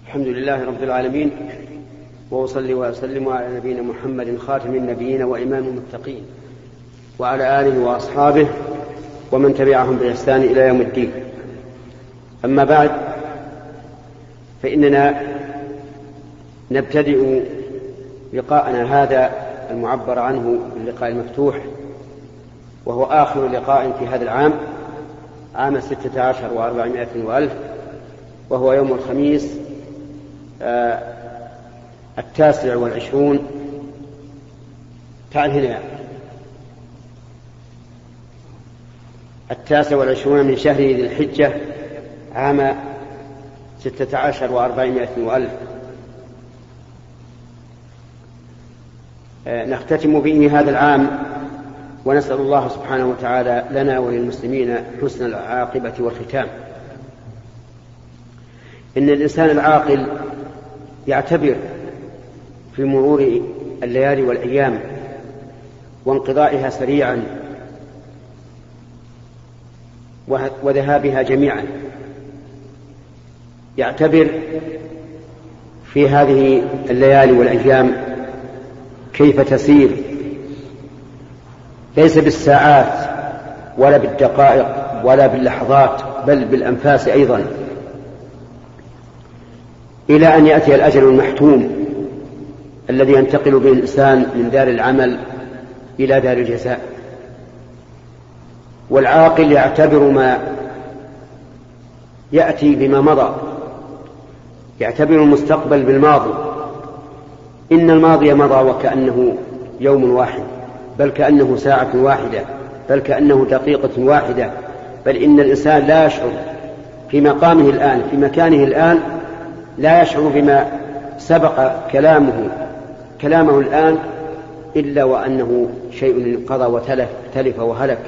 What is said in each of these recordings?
الحمد لله رب العالمين، وأصلي وأسلم على نبينا محمد خاتم النبيين وإمام المتقين، وعلى آله وأصحابه ومن تبعهم بإحسان إلى يوم الدين. أما بعد، فإننا نبتدئ لقاءنا هذا المعبر عنه باللقاء المفتوح، وهو آخر لقاء في هذا العام، عام 16 و400 وألف، وهو يوم الخميس 29 تعال هنا 29 من شهر ذي الحجة عام 16 و400 وألف. نختتم به هذا العام، ونسأل الله سبحانه وتعالى لنا وللمسلمين حسن العاقبة والختام. إن الإنسان العاقل يعتبر في مرور الليالي والأيام وانقضائها سريعا وذهابها جميعا، يعتبر في هذه الليالي والأيام كيف تسير، ليس بالساعات ولا بالدقائق ولا باللحظات، بل بالأنفاس أيضا، إلى أن يأتي الأجل المحتوم الذي ينتقل به الإنسان من دار العمل إلى دار الجزاء. والعاقل يعتبر ما يأتي بما مضى، يعتبر المستقبل بالماضي. إن الماضي مضى وكأنه يوم واحد، بل كأنه ساعة واحدة، بل كأنه دقيقة واحدة، بل إن الإنسان لا يشعر في مقامه الآن، في مكانه الآن، لا يشعر بما سبق كلامه الآن، إلا وأنه شيء انقضى وتلف وهلك.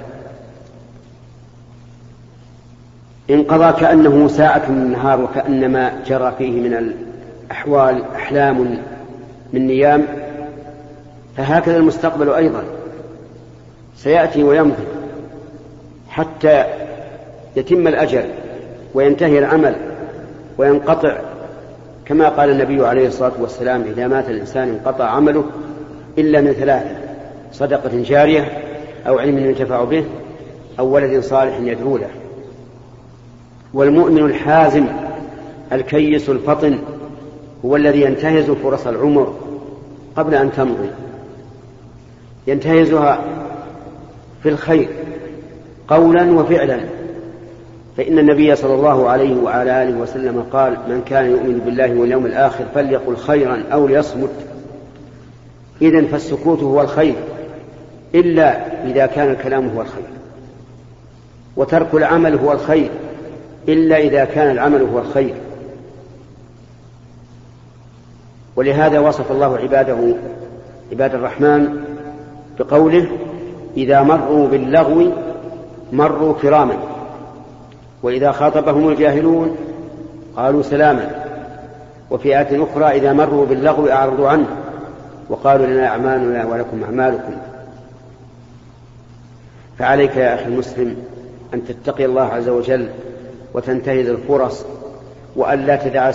انقضى كأنه ساعة من النهار، وكأنما جرى فيه من الأحوال أحلام من نيام. فهكذا المستقبل أيضا سيأتي ويمضي حتى يتم الأجل وينتهي العمل وينقطع، كما قال النبي عليه الصلاة والسلام: إذا مات الإنسان انقطع عمله إلا من 3: صدقة جارية، أو علم ينتفع به، أو ولد صالح يدعو له. والمؤمن الحازم الكيس الفطن هو الذي ينتهز فرص العمر قبل أن تمضي، ينتهزها في الخير قولا وفعلا. فإن النبي صلى الله عليه وعلى آله وسلم قال: من كان يؤمن بالله واليوم الآخر فليقل خيرا أو ليصمت. إذن فالسكوت هو الخير، إلا إذا كان الكلام هو الخير، وترك العمل هو الخير، إلا إذا كان العمل هو الخير. ولهذا وصف الله عباد الرحمن بقوله: إذا مروا باللغو مروا كراما، وإذا خاطبهم الجاهلون قالوا سلاما. وفي آية أخرى: إذا مروا باللغو أعرضوا عنه وقالوا لنا أعمالنا ولكم أعمالكم. فعليك يا أخي المسلم أن تتقي الله عز وجل وتنتهز الفرص، وألا تدع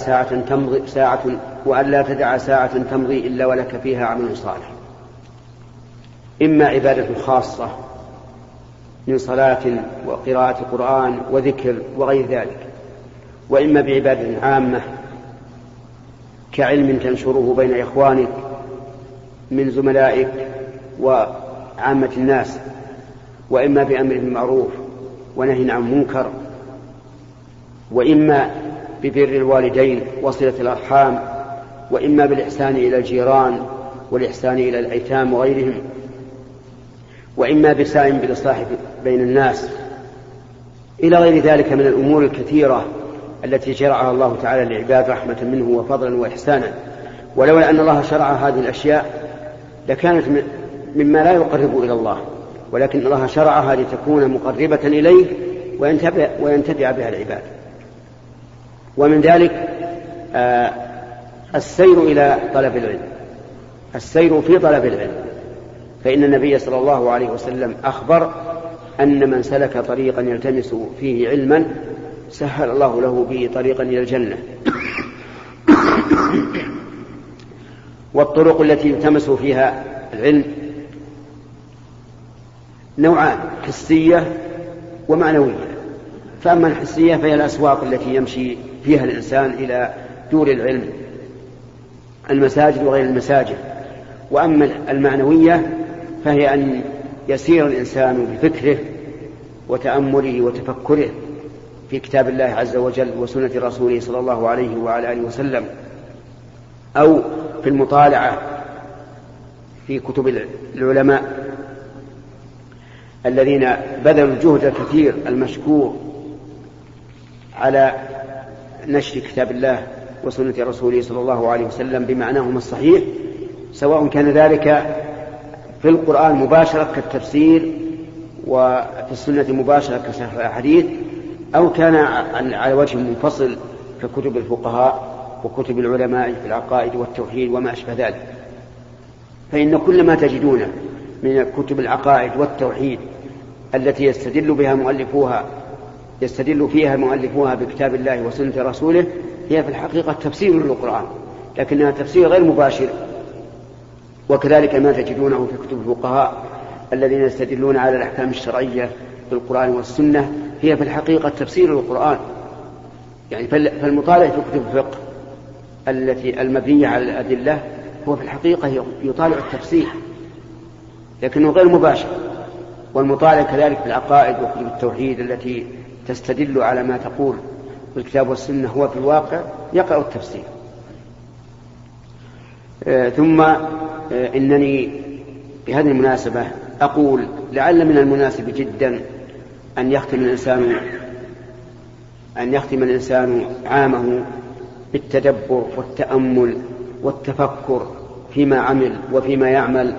ساعة تمضي إلا ولك فيها عمل صالح، إما عبادة خاصة من صلاة وقراءة قرآن وذكر وغير ذلك، وإما بعبادة عامة كعلم تنشره بين إخوانك من زملائك وعامة الناس، وإما بأمر بالمعروف ونهي عن منكر، وإما ببر الوالدين وصلة الأرحام، وإما بالإحسان إلى الجيران والإحسان إلى الأيتام وغيرهم، وإما بسعي بالإصلاح بين الناس، إلى غير ذلك من الأمور الكثيرة التي شرعها الله تعالى للعباد رحمة منه وفضلا وإحسانا. ولولا أن الله شرع هذه الأشياء لكانت مما لا يقرب إلى الله، ولكن الله شرعها لتكون مقربة إليه وينتفع بها العباد. ومن ذلك السير إلى طلب العلم، السير في طلب العلم. فإن النبي صلى الله عليه وسلم أخبر أن من سلك طريقا يلتمس فيه علما سهل الله له به طريقا إلى الجنة. والطرق التي يلتمس فيها العلم نوعان: حسية ومعنوية. فأما الحسية فهي الأسواق التي يمشي فيها الإنسان إلى دور العلم، المساجد وغير المساجد. وأما المعنوية فهي أن يسير الإنسان بفكره وتأمله وتفكره في كتاب الله عز وجل وسنة رسوله صلى الله عليه وعلى آله وسلم، أو في المطالعة في كتب العلماء الذين بذلوا الجهد الكثير المشكور على نشر كتاب الله وسنة رسوله صلى الله عليه وسلم بمعناهما الصحيح، سواء كان ذلك في القرآن مباشرة كالتفسير وفي السنة مباشرة كشرح الأحاديث، أو كان على وجه منفصل ككتب الفقهاء وكتب العلماء في العقائد والتوحيد وما أشبه ذلك. فإن كل ما تجدونه من كتب العقائد والتوحيد التي يستدل فيها مؤلفوها بكتاب الله وسنة رسوله هي في الحقيقة تفسير للقرآن، لكنها تفسير غير مباشر. وكذلك ما تجدونه في كتب الفقهاء الذين يستدلون على الأحكام الشرعية في القرآن والسنة هي في الحقيقة تفسير للقرآن. يعني فالمطالع في كتب الفقه التي المبنية على الأدلة هو في الحقيقة يطالع التفسير لكنه غير مباشر. والمطالع كذلك في العقائد وكتب التوحيد التي تستدل على ما تقول الكتاب والسنة هو في الواقع يقرأ التفسير. ثم إنني بهذه المناسبة أقول لعل من المناسب جدا أن يختم الإنسان عامه بالتدبر والتأمل والتفكر فيما عمل وفيما يعمل.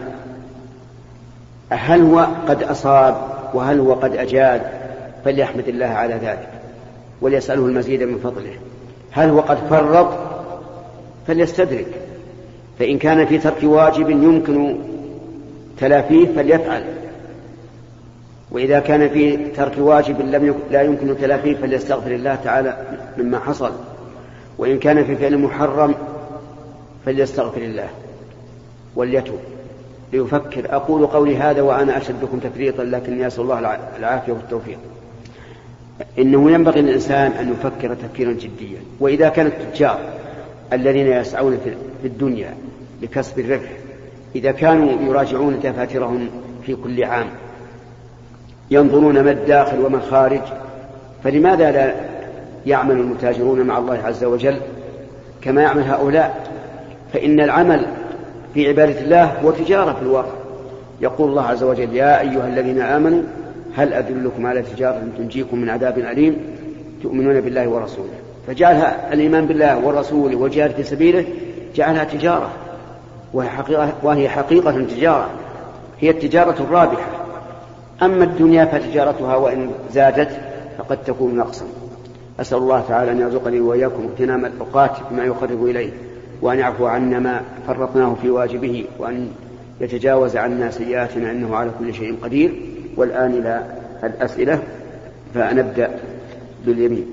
هل هو قد أصاب وهل هو قد أجاد؟ فليحمد الله على ذلك وليسأله المزيد من فضله. هل هو قد فرط؟ فليستدرك، فإن كان في ترك واجب يمكن تلافيه فليفعل، وإذا كان في ترك واجب لا يمكن تلافيه فليستغفر الله تعالى مما حصل، وإن كان في فعل محرم فليستغفر الله وليتوب ليفكر. أقول قولي هذا وأنا أشدكم تفريطا لكن أسأل الله العافية والتوفيق. إنه ينبغي للإنسان أن يفكر تفكيرا جديا. وإذا كان التجار الذين يسعون في الدنيا لكسب الربح إذا كانوا يراجعون دفاترهم في كل عام ينظرون ما الداخل وما الخارج، فلماذا لا يعمل المتاجرون مع الله عز وجل كما يعمل هؤلاء؟ فإن العمل في عبادة الله هو تجارة في الواقع. يقول الله عز وجل: يا أيها الذين آمنوا هل أدلكم على تجارة تنجيكم من عذاب أليم تؤمنون بالله ورسوله. فجعلها الإيمان بالله والرسول والجهاد في سبيله جعلها تجارة، وهي حقيقة تجارة، هي التجارة الرابحة. أما الدنيا فتجارتها وإن زادت فقد تكون نقصا. أسأل الله تعالى أن يرزقني وإياكم اغتنام الأوقات بما يقرب إليه، وأن يعفو عنا ما فرطناه في واجبه، وأن يتجاوز عنا سيئاتنا إنه على كل شيء قدير. والآن إلى الأسئلة، فنبدأ باليمين.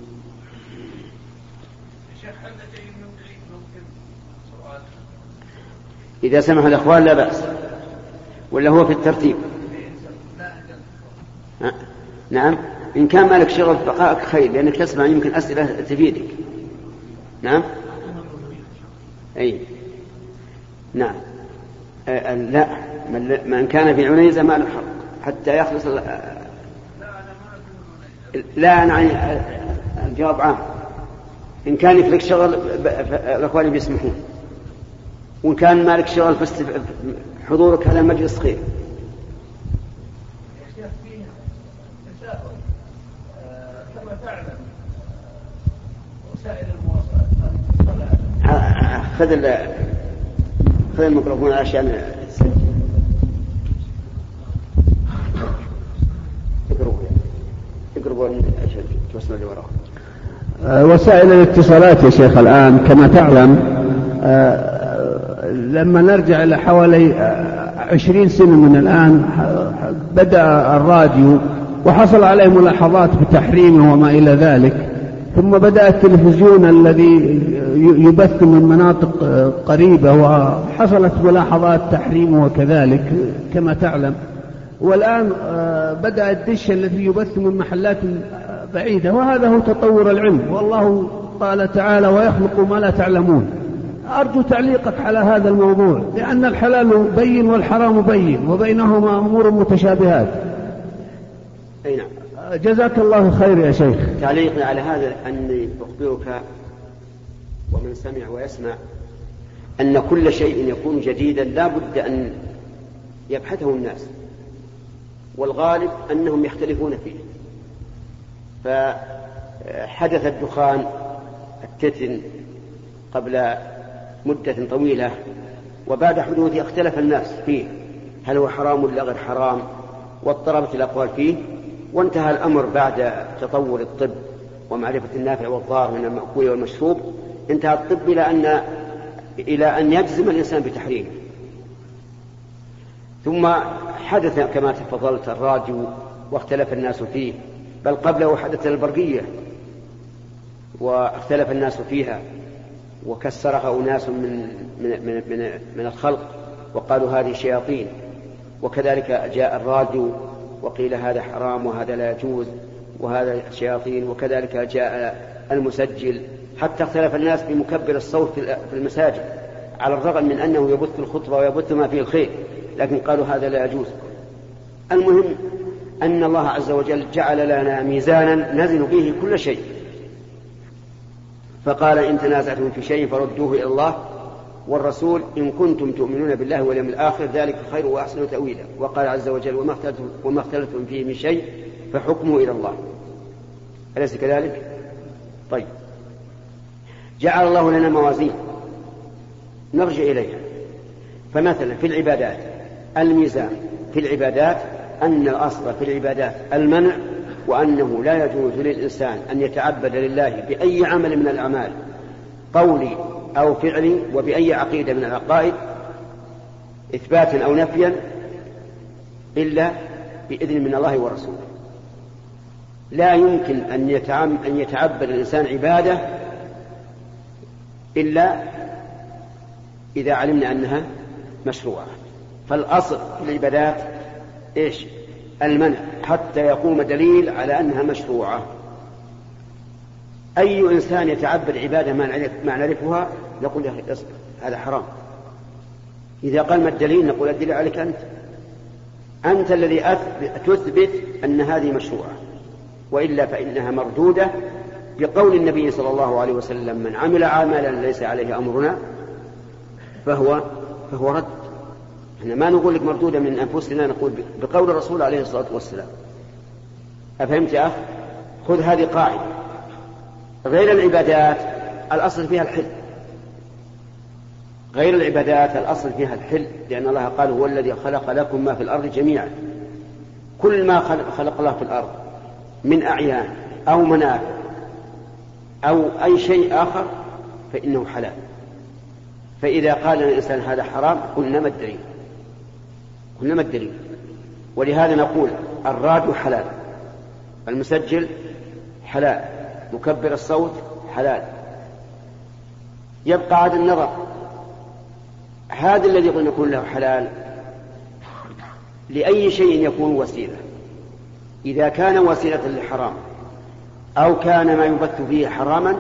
إذا سمح الأخوان لا بأس، ولا هو في الترتيب؟ نعم، إن كان مالك شغل بقائك خير لأنك تسمع يمكن أسئلة تفيدك. نعم أي نعم. لا، من كان في عنيزة ما له حق حتى يخلص. لا، أنا الجواب عام. إن كان يفلك شغل الأخوان بيسمحون، وإن كان مالك شغل حضورك على المجلس خير. كما تعلم وسائل المواصلات خذ الميكروفون عشان يقربوا عشان توصلوا لي وراهم. وسائل الاتصالات يا شيخ الآن كما تعلم لما نرجع إلى حوالي 20 سنة من الآن بدأ الراديو وحصل عليه ملاحظات بتحريمه وما إلى ذلك، ثم بدأ التلفزيون الذي يبث من مناطق قريبة وحصلت ملاحظات تحريمه وكذلك كما تعلم، والآن بدأ الدش الذي يبث من محلات بعيدة، وهذا هو تطور العلم، والله قال تعالى ويخلق ما لا تعلمون. أرجو تعليقك على هذا الموضوع، لأن الحلال بين والحرام بين وبينهما أمور متشابهات. أي نعم. جزاك الله خير يا شيخ. تعليقي على هذا أني أخبرك ومن سمع ويسمع أن كل شيء يكون جديدا لا بد أن يبحثه الناس، والغالب أنهم يختلفون فيه. فحدث الدخان التتن قبل مدة طويلة، وبعد حدوثه اختلف الناس فيه هل هو حرام ولا غير حرام، واضطربت الأقوال فيه، وانتهى الأمر بعد تطور الطب ومعرفة النافع والضار من المأكول والمشروب، انتهى الطب إلى أن يجزم الإنسان بتحريمه. ثم حدث كما تفضلت الراديو واختلف الناس فيه، بل قبله حدث البرقية واختلف الناس فيها وكسرها أناس من الخلق وقالوا هذه شياطين، وكذلك جاء الراديو وقيل هذا حرام وهذا لا يجوز وهذا شياطين، وكذلك جاء المسجل، حتى اختلف الناس بمكبر الصوت في المساجد، على الرغم من أنه يبث الخطبة ويبث ما فيه الخير، لكن قالوا هذا لا يجوز. المهم أن الله عز وجل جعل لنا ميزانا نزن به كل شيء، فقال إن تنازعتم في شيء فردوه إلى الله والرسول إن كنتم تؤمنون بالله واليوم الآخر ذلك خير وأحسن تأويلا. وقال عز وجل وما اختلفتم فيه من شيء فحكمه إلى الله. أليس كذلك؟ طيب، جعل الله لنا موازين نرجع إليها. فمثلا في العبادات الميزان في العبادات أن الأصل في العبادات المنع، وأنه لا يجوز للإنسان أن يتعبد لله بأي عمل من الأعمال قولي أو فعلي وبأي عقيدة من العقائد إثباتا أو نفيا إلا بإذن من الله ورسوله. لا يمكن أن يتعبد الإنسان عبادة إلا إذا علمنا أنها مشروعة. فالأصل في العبادات إيش؟ المنع، حتى يقوم دليل على أنها مشروعة. أي إنسان يتعبد عبادة ما نعرفها نقول يا أخي اصبر هذا حرام. إذا قال ما الدليل نقول الدليل عليك أنت الذي تثبت أن هذه مشروعة، وإلا فإنها مردودة بقول النبي صلى الله عليه وسلم من عمل عملا ليس عليه أمرنا فهو رد. احنا ما نقول لك مردودة من أنفسنا، نقول بقول الرسول عليه الصلاة والسلام. أفهمت يا أخ؟ خذ هذه قاعدة. غير العبادات الأصل فيها الحل، غير العبادات الأصل فيها الحل، لأن الله قال هو الذي خلق لكم ما في الأرض جميعا. كل ما خلق الله في الأرض من أعيان أو منافع أو أي شيء آخر فإنه حلال. فإذا قال الإنسان هذا حرام قلنا ما الدليل؟ ولهذا نقول الراديو حلال، المسجل حلال، مكبر الصوت حلال. يبقى عاد النظر، هذا الذي قلنا يكون له حلال لأي شيء يكون وسيلة. إذا كان وسيلة للحرام أو كان ما يبث فيه حراما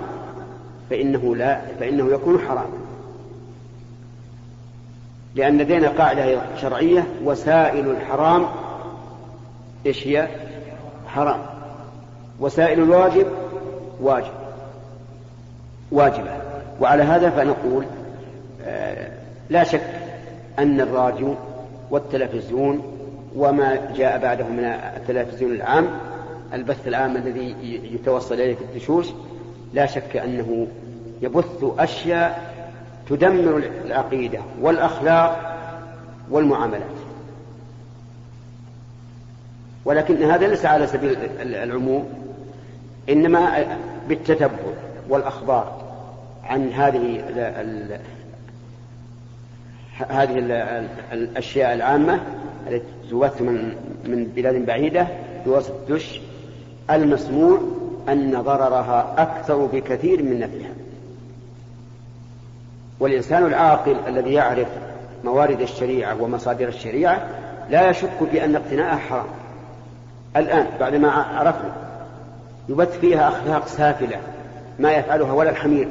فإنه يكون حراما، لأن لدينا قاعدة شرعية وسائل الحرام إيش هي؟ حرام. وسائل الواجب واجبة. وعلى هذا فنقول لا شك أن الراديو والتلفزيون وما جاء بعده من التلفزيون العام، البث العام الذي يتوصل إليه في الدشوش، لا شك أنه يبث أشياء تدمر العقيدة والأخلاق والمعاملات. ولكن هذا ليس على سبيل العموم، إنما بالتتبع والأخبار عن هذه الأشياء العامة التي تبث من بلاد بعيدة بواسطة الدش، المسموع أن ضررها أكثر بكثير من نفعها. والإنسان العاقل الذي يعرف موارد الشريعة ومصادر الشريعة لا يشك في أن اقتناءها حرام. الآن بعدما عرفنا يبث فيها أخلاق سافلة ما يفعلها ولا الحمير،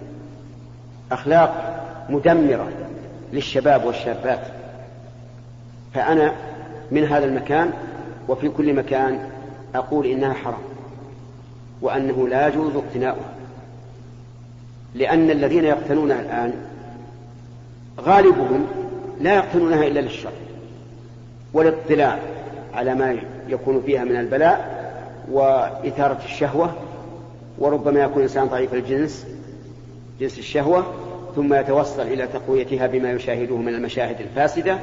أخلاق مدمرة للشباب والشابات، فأنا من هذا المكان وفي كل مكان أقول إنها حرام وأنه لا يجوز اقتناؤها، لأن الذين يقتنونها الآن غالبهم لا يقتنونها إلا للشر والاطلاع على ما يكون فيها من البلاء وإثارة الشهوة، وربما يكون إنسان ضعيف الجنس جنس الشهوة ثم يتوصل إلى تقويتها بما يشاهده من المشاهد الفاسدة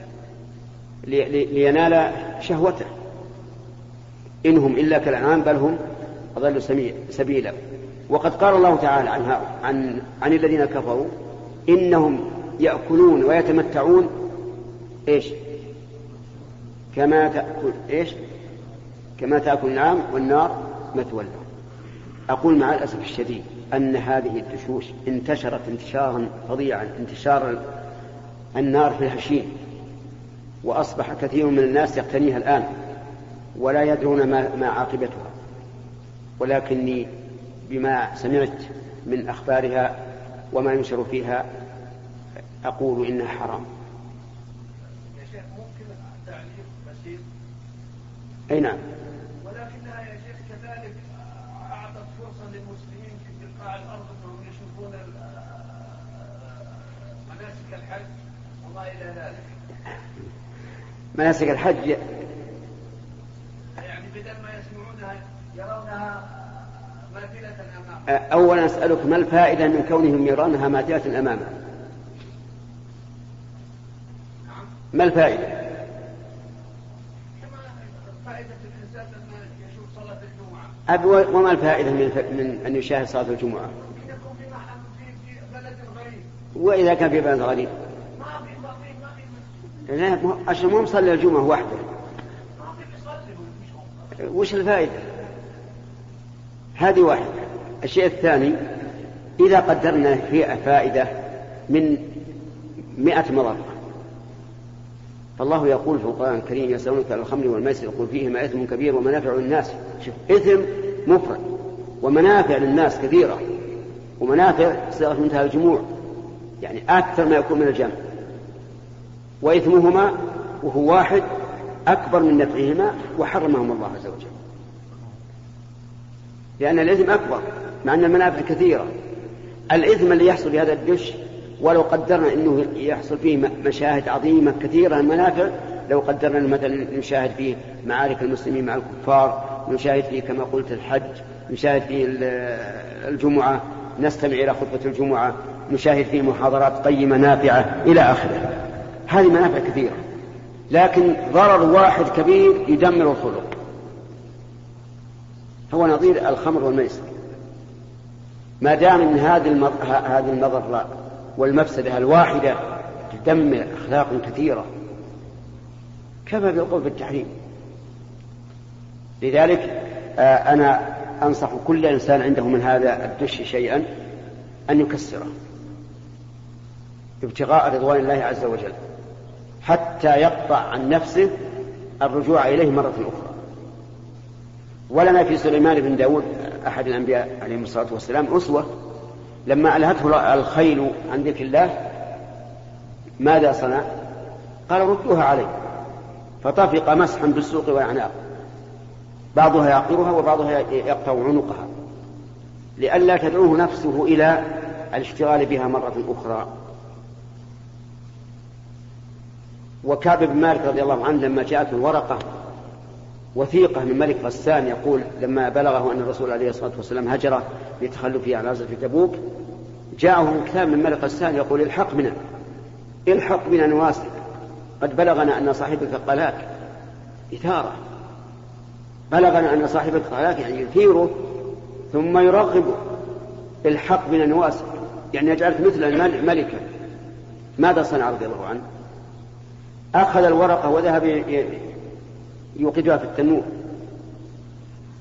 لينال شهوته. إنهم إلا كالأنعام بل هم أضل سبيلا. وقد قال الله تعالى عن الذين كفروا إنهم يأكلون ويتمتعون كما تأكل النعام والنار مثوى لهم. أقول مع الأسف الشديد أن هذه الدشوش انتشرت انتشارا فظيعا، انتشار النار في الهشيم، وأصبح كثير من الناس يقتنيها الآن ولا يدرون ما عاقبتها، ولكني بما سمعت من أخبارها وما ينشر فيها أقول إنها حرام. يا شيخ ممكن تعليق بسيط؟ أي نعم. ولكنها يا شيخ كذلك أعطت فرصة للمسلمين في بقاع الأرض أنهم يشوفون مناسك الحج وما إلى ذلك. مناسك الحج يعني بدل ما يسمعونها يرونها ماثلة أمامهم. أولا أسألك ما الفائدة من كونهم يرونها ماثلة أمامهم؟ ما الفائدة؟ كما فائدة الإنسان لما يشوف صلاة الجمعة. وما الفائدة من أن يشاهد صلاة الجمعة؟ ممكن يكون في محل في بلد غريب. وإذا كان في بلد غريب؟ ما في عشان مو مصلي الجمعة وحده. ما في يصلي. وش الفائدة؟ هذه واحدة. الشيء الثاني إذا قدرنا فيها فائدة من 100 مضرة، فالله يقول في القرآن الكريم يسألونك عن الخمر والميسر يقول فيهما إثم كبير ومنافع للناس. شوف، إثم مفرد ومنافع للناس كثيرة، ومنافع صيغة منتهى الجموع يعني أكثر ما يكون من الجمع، وإثمهما وهو واحد أكبر من نفعهما وحرمهم الله عز وجل، لأن الإثم أكبر مع أن المنافع كثيرة. الإثم اللي يحصل في هذا الدش ولو قدرنا أنه يحصل فيه مشاهد عظيمة كثيرة المنافع، لو قدرنا مثلا نشاهد فيه معارك المسلمين مع الكفار، نشاهد فيه كما قلت الحج، نشاهد فيه الجمعة، نستمع إلى خطبة الجمعة، نشاهد فيه محاضرات قيمة نافعة إلى آخره، هذه منافع كثيرة. لكن ضرر واحد كبير يدمر الخلق هو نظير الخمر والميسر. ما دام من هذه المضرة والمفسدة الواحدة تدمر أخلاق كثيرة، كفى بالقول بالتحريم. لذلك أنا أنصح كل إنسان عنده من هذا الدش شيئا أن يكسره ابتغاء رضوان الله عز وجل حتى يقطع عن نفسه الرجوع إليه مرة أخرى. ولنا في سليمان بن داود أحد الأنبياء عليه الصلاة والسلام أسوة، لما ألهته الخيل عن ذكر الله ماذا صنع؟ قال ردوها عليه، فطفق مسحا بالسوق والأعناق، بعضها يعقرها وبعضها يقطع عنقها لئلا تدعوه نفسه إلى الاشتغال بها مرة أخرى. وكعب بن مالك رضي الله عنه لما جاءته الورقة وثيقة من ملك غسان يقول لما بلغه أن الرسول عليه الصلاة والسلام هجر لتخلفه عن غزوة تبوك، جاءه كتاب من ملك غسان يقول الحق بنا نواسك، قد بلغنا أن صاحبك قلاك إثارة، بلغنا أن صاحبك قلاك يعني يثيره ثم يرغبه، الحق بنا نواسك يعني يجعلك مثل الملكة. ماذا صنع رضي الله عنه؟ أخذ الورقة وذهب يوقدها في التنور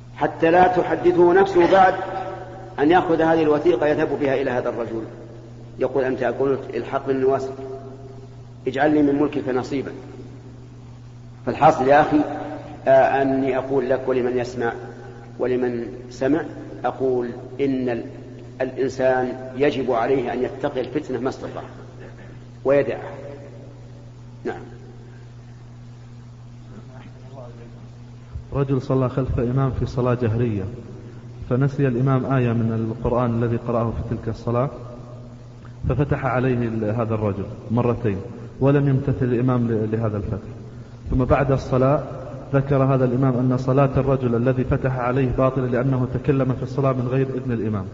حتى لا تحدثه نفسه بعد أن يأخذ هذه الوثيقة يذهب بها إلى هذا الرجل يقول أنت أقول الحق من الواسط، اجعل لي من ملكك نصيبا. فالحاصل يا أخي أني أقول لك ولمن يسمع ولمن سمع، أقول إن الإنسان يجب عليه أن يتقي الفتنة ما استطاع ويدعها. نعم. رجل صلى خلف إمام في صلاة جهرية، فنسي الإمام آية من القرآن الذي قرأه في تلك الصلاة، ففتح عليه هذا الرجل مرتين ولم يمتثل الإمام لهذا الفتح. ثم بعد الصلاة ذكر هذا الإمام أن صلاة الرجل الذي فتح عليه باطل لأنه تكلم في الصلاة من غير إذن الإمام،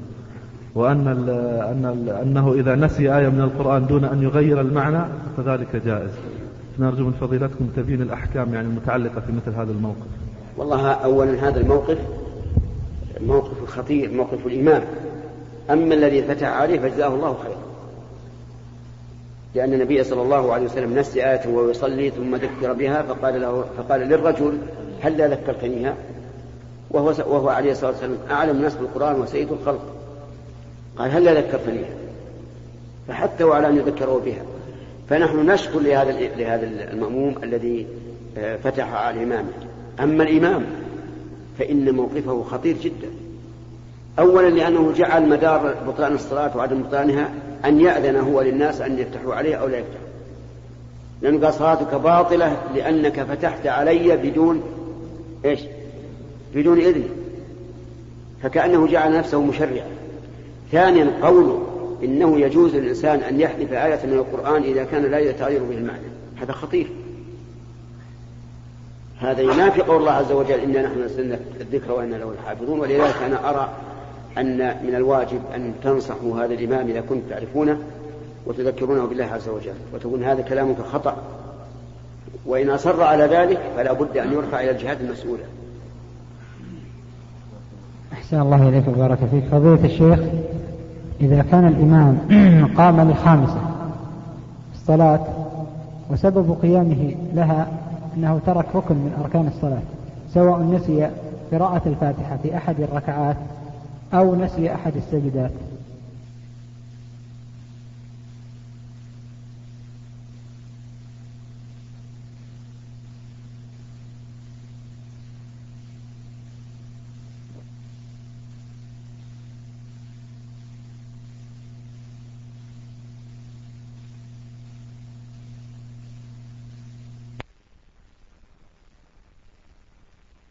أنه إذا نسي آية من القرآن دون أن يغير المعنى فذلك جائز. نرجو من فضيلتكم تبيين الأحكام يعني المتعلقة في مثل هذا الموقف. والله أولا هذا الموقف موقف خطير، موقف الإمام. أما الذي فتح عليه فجزاه الله خيرا، لأن النبي صلى الله عليه وسلم نسي آية وهو يصلي ثم ذكر بها فقال للرجل هل لا ذكرتنيها، وهو عليه الصلاة والسلام أعلم الناس بالقرآن وسيد الخلق، قال هل لا ذكرتنيها، فحتى على أن يذكروا بها. فنحن نشكر لهذا المأموم الذي فتح على إمامه. أما الإمام فإن موقفه خطير جدا، أولا لأنه جعل مدار بطلان الصلاة وعدم بطلانها أن يأذن هو للناس أن يفتحوا عليه أو لا يفتحوا، لأنه قال صلاتك باطلة لأنك فتحت علي بدون إذن، فكأنه جعل نفسه مشرعا. ثانيا قوله إنه يجوز للإنسان أن يحذف آية من القرآن إذا كان لا يتغير به المعنى، هذا خطير، هذا ينافي قول الله عز وجل إنا نحن نزلنا الذكر وإنا له الحافظون. ولذلك أنا أرى أن من الواجب أن تنصحوا هذا الإمام إذا كنت تعرفونه وتذكرونه بالله عز وجل، وتقول هذا كلامك خطأ، وإن أصر على ذلك فلا بد أن يرفع إلى الجهات المسؤولة. أحسن الله إليك وبارك فيك. فضيلة الشيخ، إذا كان الإمام قام للخامسة الصلاة وسبب قيامه لها أنه ترك ركن من أركان الصلاة، سواء نسي قراءة الفاتحة في أحد الركعات أو نسي أحد السجدات،